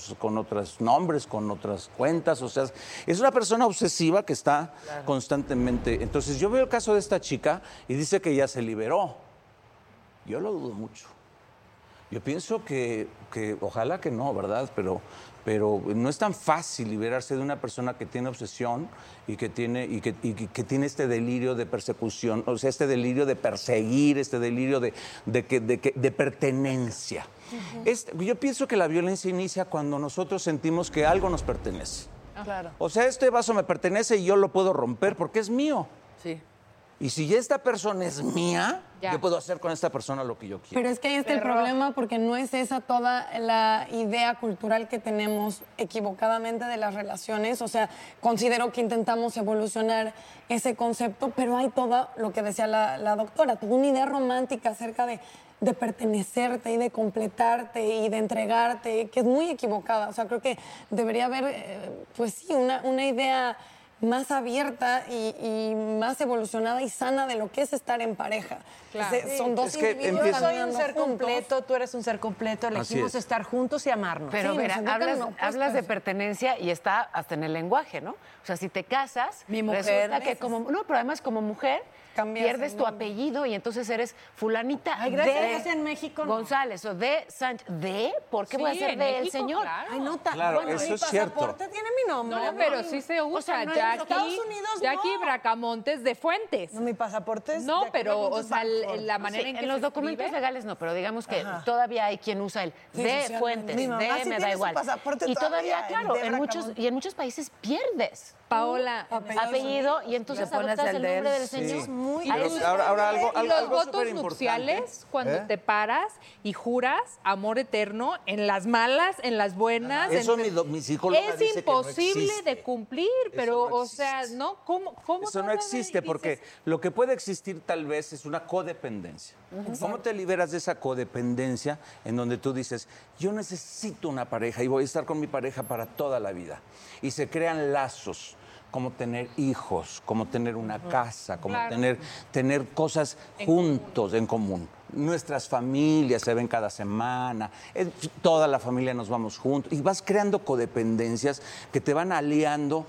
nombres, con otras cuentas. O sea, es una persona obsesiva que está constantemente. Entonces, yo veo el caso de esta chica y dice que ya se liberó. Yo lo dudo mucho. Yo pienso que ojalá que no, ¿verdad? Pero no es tan fácil liberarse de una persona que tiene obsesión y que tiene este delirio de persecución, o sea, este delirio de perseguir, este delirio de pertenencia. Yo pienso que la violencia inicia cuando nosotros sentimos que algo nos pertenece. Claro. O sea, este vaso me pertenece y yo lo puedo romper porque es mío. Sí. Y si esta persona es mía, yo puedo hacer con esta persona lo que yo quiero. Pero es que ahí está el problema, porque no es esa toda la idea cultural que tenemos equivocadamente de las relaciones. O sea, considero que intentamos evolucionar ese concepto, pero hay todo lo que decía la doctora, toda una idea romántica acerca de pertenecerte y de completarte y de entregarte, que es muy equivocada. O sea, creo que debería haber, pues sí, una idea más abierta y más evolucionada y sana de lo que es estar en pareja. Claro. Son dos individuos. Yo soy un ser completo, tú eres un ser completo, elegimos estar juntos y amarnos. Pero mira, hablas de pertenencia y está hasta en el lenguaje, ¿no? O sea, si te casas, mi mujer, resulta que pero además como mujer pierdes tu apellido y entonces eres fulanita gracias en México González o de Sánchez. ¿Por qué voy a ser de el señor? Claro. Ay, no, claro, bueno, eso mi es cierto. pasaporte tiene mi nombre. No, pero sí se usa. O sea, no, Jackie, en Estados Unidos Jackie no. Bracamontes de Fuentes. No, mi pasaporte es... No, Jackie pero, Bracamontes o sea, Bancorp. la manera en que los se documentos escribe. legales no, pero digamos que todavía hay quien usa el de Fuentes, Mi mamá de sí me tiene da su igual. pasaporte Y todavía, todavía, claro, el de en muchos países pierdes Paola, apellido y entonces Le pones adoptas el el de nombre él. del señor. Sí. Muy Pero ahora algo y los algo votos superimportante. nupciales, cuando te paras y juras amor eterno, en las malas, en las buenas. Eso mi psicóloga es dice que no imposible existe. de cumplir, pero, no o sea, existe. ¿no? ¿Cómo Eso no vas a existe ver? porque Dices, lo que puede existir tal vez es una codependencia. ¿Cómo te liberas de esa codependencia en donde tú dices, yo necesito una pareja y voy a estar con mi pareja para toda la vida? Y se crean lazos, como tener hijos, como tener una casa, como tener cosas juntos, en común. Nuestras familias se ven cada semana, toda la familia nos vamos juntos y vas creando codependencias que te van aliando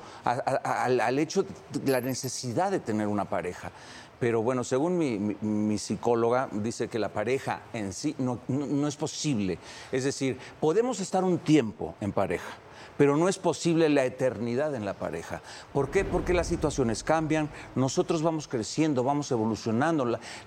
al hecho de la necesidad de tener una pareja. Pero bueno, según mi psicóloga, dice que la pareja en sí no es posible. Es decir, podemos estar un tiempo en pareja, pero no es posible la eternidad en la pareja. ¿Por qué? Porque las situaciones cambian, nosotros vamos creciendo, vamos evolucionando,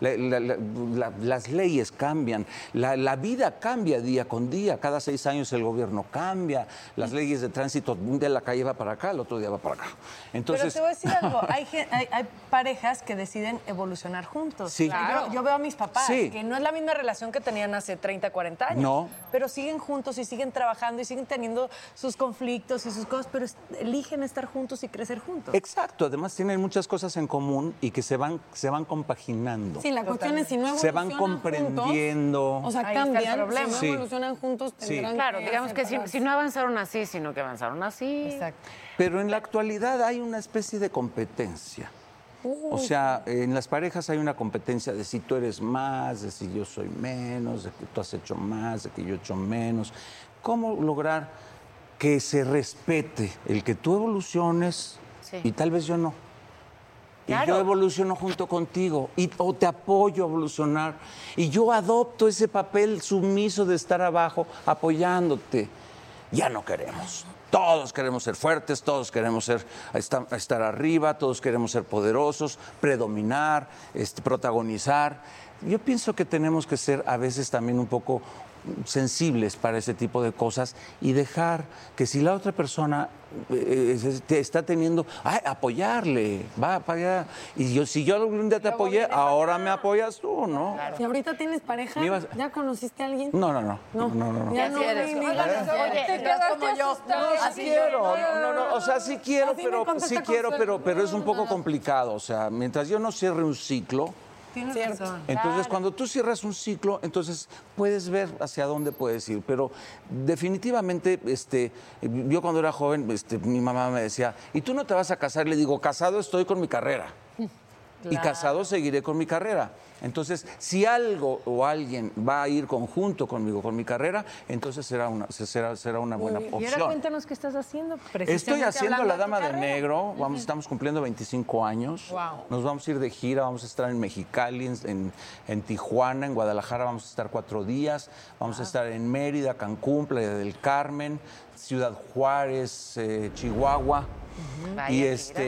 las leyes cambian, la vida cambia día con día, cada 6 años el gobierno cambia, las leyes de tránsito, un día la calle va para acá, el otro día va para acá. Entonces, pero te voy a decir algo, hay parejas que deciden evolucionar juntos. Sí. Claro. Yo veo a mis papás, Sí. que no es la misma relación que tenían hace 30, 40 años. No. Pero siguen juntos y siguen trabajando y siguen teniendo sus conflictos conflictos y sus cosas, pero eligen estar juntos y crecer juntos. Exacto, además tienen muchas cosas en común y que se van compaginando. Sí, la cuestión es si no se van comprendiendo. Juntos, o sea, Ahí está el cambian, problema. si no evolucionan juntos, tendrán Claro, que digamos que si no avanzaron así, sino que avanzaron así. Exacto. Pero en la actualidad hay una especie de competencia. O sea, en las parejas hay una competencia de si tú eres más, de si yo soy menos, de que tú has hecho más, de que yo he hecho menos. ¿Cómo lograr que se respete el que tú evoluciones y tal vez yo no? Claro. Y yo evoluciono junto contigo o te apoyo a evolucionar y yo adopto ese papel sumiso de estar abajo apoyándote. Ya no queremos. Todos queremos ser fuertes, todos queremos estar arriba, todos queremos ser poderosos, predominar, protagonizar. Yo pienso que tenemos que ser a veces también un poco sensibles para ese tipo de cosas y dejar que si la otra persona está teniendo, apoyarle, va para allá. Y si yo algún día te apoyé, ahora me apoyas tú, ¿no? ¿Y ahorita tienes pareja? ¿Ya conociste a alguien? No. Ya no eres. Oye, te quedas como yo. Así quiero. O sea, sí quiero, pero es un poco complicado. O sea, mientras yo no cierre un ciclo. Tienes razón. Entonces, cuando tú cierras un ciclo, entonces puedes ver hacia dónde puedes ir. Pero definitivamente, yo cuando era joven, mi mamá me decía, ¿y tú no te vas a casar? Le digo, casado estoy con mi carrera. Y casado seguiré con mi carrera. Entonces, si algo o alguien va a ir conjunto conmigo, con mi carrera, entonces será una buena opción. Y ahora cuéntanos qué estás haciendo. Estoy haciendo La Dama de Negro. Estamos cumpliendo 25 años. Wow. Nos vamos a ir de gira. Vamos a estar en Mexicali, en Tijuana, en Guadalajara. Vamos a estar 4 días. Vamos a estar en Mérida, Cancún, Playa del Carmen, Ciudad Juárez, Chihuahua. Y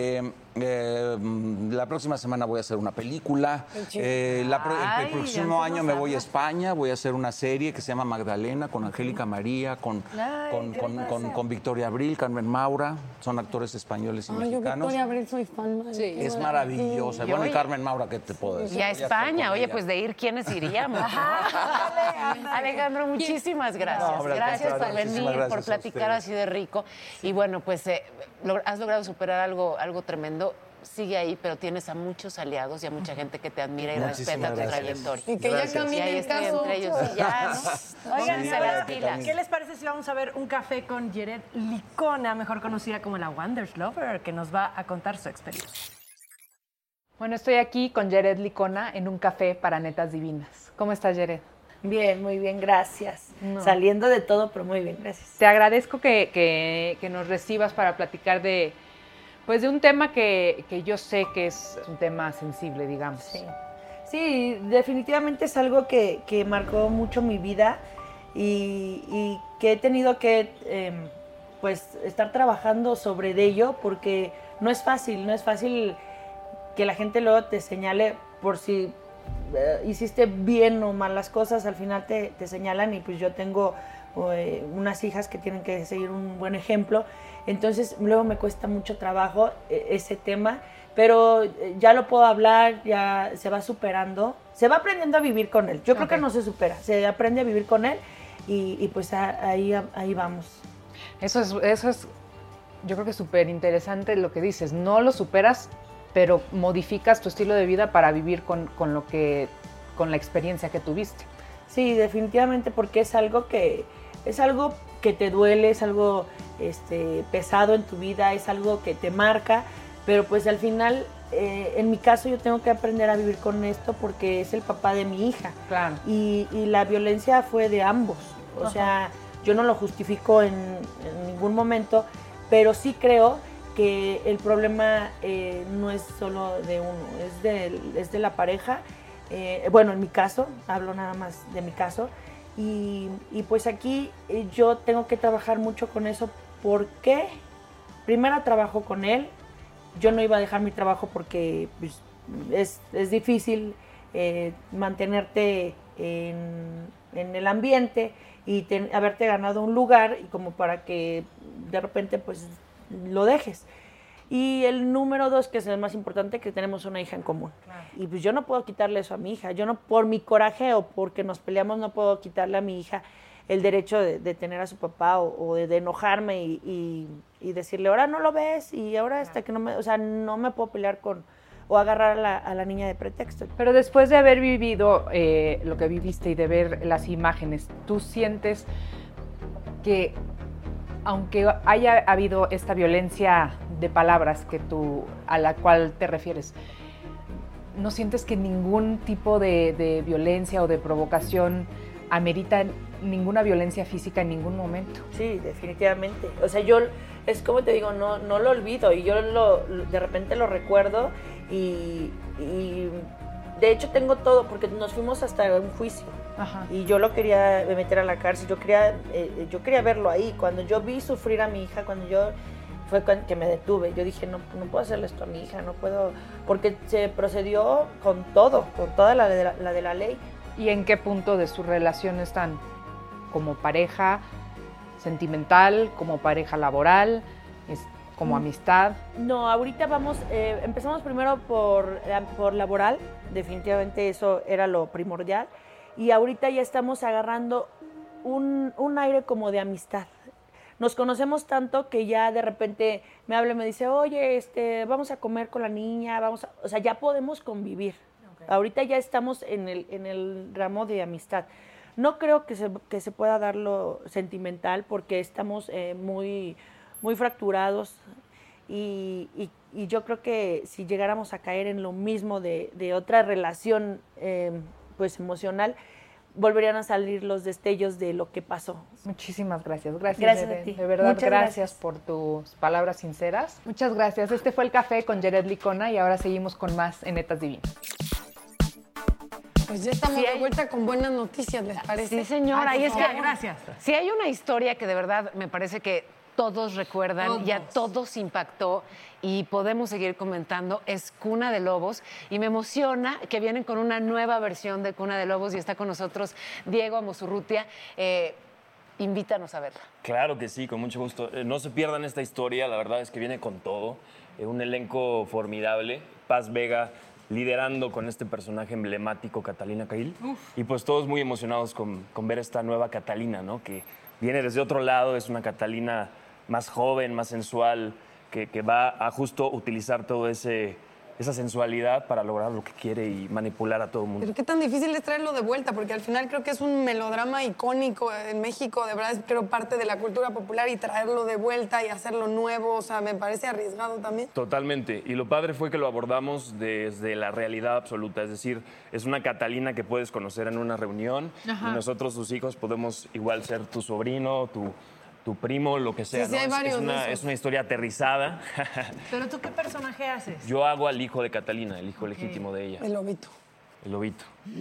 la próxima semana voy a hacer una película. El próximo año me voy a España, voy a hacer una serie que se llama Magdalena con Angélica María, con Victoria Abril, Carmen Maura. Son actores españoles y Yo mexicanos. Victoria Abril soy fan. Sí, es maravillosa. Bueno, y Carmen Maura, ¿qué te puedo decir? Y a España, oye, pues de ir, ¿quiénes iríamos? Alejandro, muchísimas gracias. No, gracias por muchísimas venir, gracias por platicar así de rico. Y bueno, pues has logrado superar algo tremendo. Sigue ahí, pero tienes a muchos aliados y a mucha gente que te admira y respeta tu trayectoria. Y que ya camine el caso. Entre ellos y ya, ¿no? Oigan, Pónganse las pilas. ¿qué les parece si vamos a ver un café con Jared Licona, mejor conocida como la Wonders Lover, que nos va a contar su experiencia? Bueno, estoy aquí con Jared Licona en un café para netas divinas. ¿Cómo estás, Jared? Bien, muy bien, gracias. Saliendo de todo, pero muy bien, gracias. Te agradezco que nos recibas para platicar de un tema que yo sé que es un tema sensible, digamos. Sí, definitivamente es algo que marcó mucho mi vida y que he tenido que estar trabajando sobre ello porque no es fácil que la gente luego te señale por si hiciste bien o mal las cosas, al final te señalan y pues yo tengo unas hijas que tienen que seguir un buen ejemplo. Entonces, luego me cuesta mucho trabajo ese tema, pero ya lo puedo hablar, ya se va superando, se va aprendiendo a vivir con él. Yo creo que no se supera, se aprende a vivir con él y pues ahí vamos. Eso es, yo creo que es súper interesante lo que dices. No lo superas, pero modificas tu estilo de vida para vivir con la experiencia que tuviste. Sí, definitivamente, porque es algo que te duele, es algo pesado en tu vida, es algo que te marca, pero pues al final, en mi caso, yo tengo que aprender a vivir con esto porque es el papá de mi hija. Claro. Y la violencia fue de ambos. O sea, yo no lo justifico en ningún momento, pero sí creo que el problema no es solo de uno, es de la pareja. Bueno, en mi caso, hablo nada más de mi caso. Y pues aquí yo tengo que trabajar mucho con eso porque primero trabajo con él. Yo no iba a dejar mi trabajo porque pues, es difícil mantenerte en el ambiente y haberte ganado un lugar y como para que de repente pues lo dejes. Y el número 2, que es el más importante, que tenemos una hija en común. Claro. Y pues yo no puedo quitarle eso a mi hija. Yo no, por mi coraje o porque nos peleamos, no puedo quitarle a mi hija el derecho de tener a su papá o de enojarme y decirle, ahora no lo ves y ahora hasta que no me, o sea, no me puedo pelear o agarrar a la niña de pretexto. Pero después de haber vivido lo que viviste y de ver las imágenes, ¿tú sientes que aunque haya habido esta violencia de palabras a la cual te refieres, ¿no sientes que ningún tipo de violencia o de provocación amerita ninguna violencia física en ningún momento? Sí, definitivamente. O sea, es como te digo, no lo olvido y yo de repente lo recuerdo y de hecho tengo todo, porque nos fuimos hasta un juicio. Ajá. Y yo lo quería meter a la cárcel, yo quería verlo ahí. Cuando yo vi sufrir a mi hija, fue que me detuve. Yo dije, no puedo hacerle esto a mi hija, no puedo, porque se procedió con toda la de la ley. ¿Y en qué punto de su relación están? ¿Como pareja sentimental, como pareja laboral, como amistad? No, ahorita empezamos primero por laboral, definitivamente eso era lo primordial, y ahorita ya estamos agarrando un aire como de amistad. Nos conocemos tanto que ya de repente me habla y me dice, oye, vamos a comer con la niña, o sea, ya podemos convivir. Okay. Ahorita ya estamos en el ramo de amistad. No creo que se pueda dar lo sentimental porque estamos muy, muy fracturados y yo creo que si llegáramos a caer en lo mismo de otra relación pues emocional, volverían a salir los destellos de lo que pasó. Muchísimas gracias. Gracias a ti. De verdad, gracias por tus palabras sinceras. Muchas gracias. Este fue El Café con Jared Licona y ahora seguimos con más en Netas Divinas. Pues ya estamos de vuelta con buenas noticias, ¿les parece? Sí, señora. Ay, y es que, gracias. Si hay una historia que de verdad me parece que todos recuerdan y a todos impactó y podemos seguir comentando, es Cuna de Lobos. Y me emociona que vienen con una nueva versión de Cuna de Lobos y está con nosotros Diego Amosurrutia. Invítanos a verla. Claro que sí, con mucho gusto. No se pierdan esta historia, la verdad es que viene con todo. Un elenco formidable. Paz Vega liderando con este personaje emblemático, Catalina Krill. Y pues todos muy emocionados con ver esta nueva Catalina, ¿no? Que viene desde otro lado, es una Catalina más joven, más sensual, que va a justo utilizar todo esa sensualidad para lograr lo que quiere y manipular a todo el mundo. Pero qué tan difícil es traerlo de vuelta, porque al final creo que es un melodrama icónico en México, de verdad es creo parte de la cultura popular, y traerlo de vuelta y hacerlo nuevo, o sea, me parece arriesgado también. Totalmente, y lo padre fue que lo abordamos desde la realidad absoluta, es decir, es una Catalina que puedes conocer en una reunión. Ajá. Y nosotros, tus hijos, podemos igual ser tu sobrino, tu primo, lo que sea. Sí, sí, ¿no? Es una historia aterrizada. ¿Pero tú qué personaje haces? Yo hago al hijo de Catalina, el hijo legítimo de ella. El lobito. El lobito.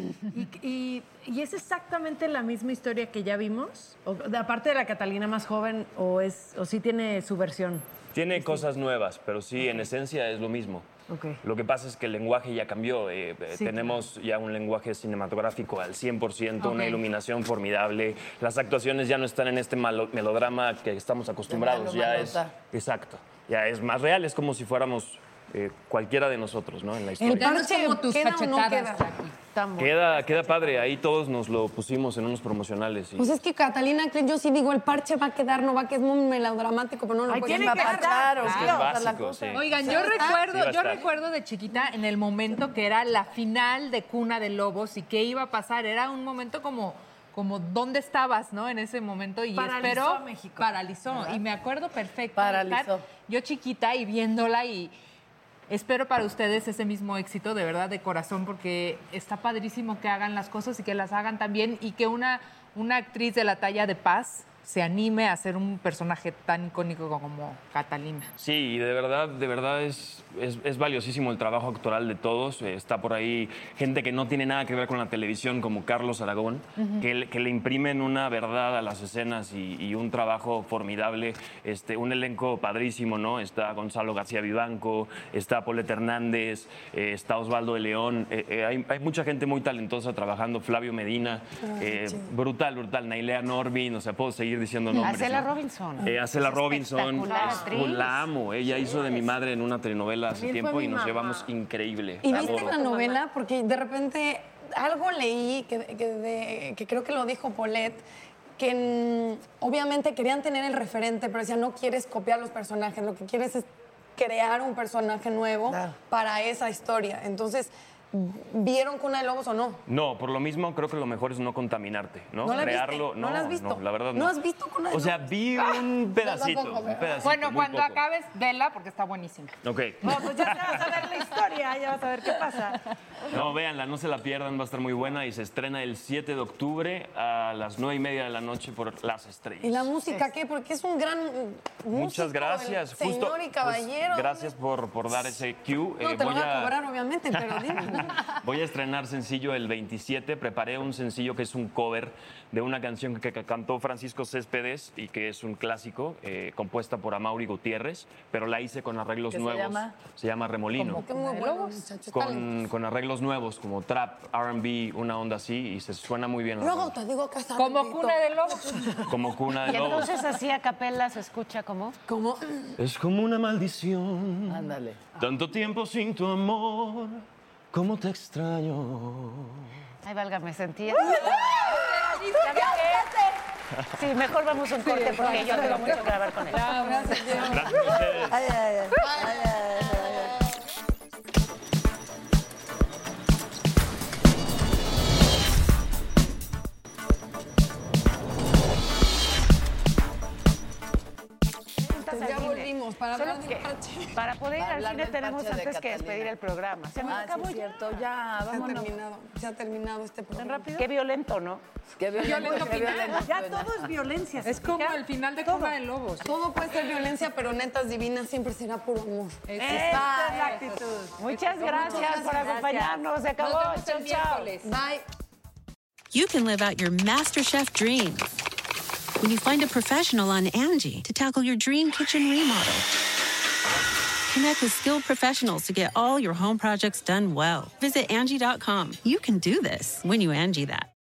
¿Y es exactamente la misma historia que ya vimos? Aparte de la Catalina más joven, ¿o sí tiene su versión? Tiene cosas nuevas, pero sí, en esencia es lo mismo. Okay. Lo que pasa es que el lenguaje ya cambió. Tenemos ya un lenguaje cinematográfico al 100%, una iluminación formidable. Las actuaciones ya no están en este melodrama que estamos acostumbrados. Exacto. Ya es más real, es como si fuéramos cualquiera de nosotros, ¿no? En la historia. ¿El parche como tus cachetadas? Queda padre, ahí todos nos lo pusimos en unos promocionales. Pues es que Catalina Krill, yo sí digo, el parche va a quedar, no va a quedar, es muy melodramático, pero no lo pueden pasar. Es que es básico, sí. Oigan, yo recuerdo de chiquita en el momento que era la final de Cuna de Lobos y qué iba a pasar. Era un momento como dónde estabas, ¿no? En ese momento. Y paralizó México. Paralizó. ¿Verdad? Y me acuerdo perfecto. Paralizó. Yo chiquita y viéndola y espero para ustedes ese mismo éxito, de verdad, de corazón, porque está padrísimo que hagan las cosas y que las hagan también y que una actriz de la talla de Paz se anime a hacer un personaje tan icónico como Catalina. Sí, y de verdad es valiosísimo el trabajo actoral de todos. Está por ahí gente que no tiene nada que ver con la televisión, como Carlos Aragón, que le imprimen una verdad a las escenas y un trabajo formidable. Un elenco padrísimo, ¿no? Está Gonzalo García Vivanco, está Paulette Hernández, está Osvaldo de León. Hay mucha gente muy talentosa trabajando. Flavio Medina, brutal. Nailea Norvin, o sea, puedo seguir diciendo nombres. Acela ¿no? Robinson. Acela Robinson. La amo. Ella hizo de mi madre en una telenovela hace tiempo y nos llevamos increíble. ¿Y viste la novela? Porque de repente algo leí que creo que lo dijo Paulette, que obviamente querían tener el referente, pero decían, no quieres copiar los personajes, lo que quieres es crear un personaje nuevo para esa historia. Entonces, ¿vieron Cuna de Lobos o no? No, por lo mismo creo que lo mejor es no contaminarte, ¿no? ¿No la Crearlo. viste? ¿No la has visto? No, la verdad no. ¿No has visto Cuna de O sea, Lobos? vi un pedacito, tampoco, un pedacito. Bueno, muy cuando poco. acabes, vela porque está buenísima. Ok. No, pues ya te vas a ver la historia, ya vas a ver qué pasa. No, véanla, no se la pierdan, va a estar muy buena y se estrena el 7 de octubre a las 9:30 de la noche por Las Estrellas. ¿Y la música qué? Porque es un gran Muchas gracias. el señor y caballero. Pues, gracias por dar ese cue. No, te lo voy a cobrar, obviamente, pero dime. Voy a estrenar sencillo el 27. Preparé un sencillo que es un cover de una canción que cantó Francisco Céspedes y que es un clásico, compuesta por Amaury Gutiérrez, pero la hice con arreglos ¿Qué se nuevos. llama? Se llama Remolino. Como que muy bueno, muchachos. Con arreglos nuevos, como trap, R&B, una onda así, y se suena muy bien. Luego te digo que está Como Cuna de Lobos. Como Cuna de Y Lobos. entonces así a capela se escucha como... ¿Cómo? Es como una maldición. Ándale. Tanto tiempo sin tu amor, cómo te extraño. Ay, válgame, sentía. Sí, mejor vamos a un corte porque yo tengo mucho que grabar con él. Gracias, Diego. Gracias a ustedes. Ay, ay, ay. Ay, ay, ay. Ya volvimos para Solo hablar que del parche. para poder ir Para al hablar cine del tenemos parche de antes que Catalina. despedir el programa. Se nos Ah, sí, acabó es ya. cierto, ya, vámonos. Se ha terminado este programa. Qué violento, ¿no? Qué violento, qué violento. Ya todo es violencia. Es como el final de Cuna de Lobos. Todo puede ser violencia, pero netas divinas siempre será puro amor. Esa es la actitud. Muchas gracias por acompañarnos. Se acabó. Nos vemos el Chao, chao. miércoles. Bye. You can live out your MasterChef dreams when you find a professional on Angie to tackle your dream kitchen remodel. Connect with skilled professionals to get all your home projects done well. Visit Angie.com. You can do this when you Angie that.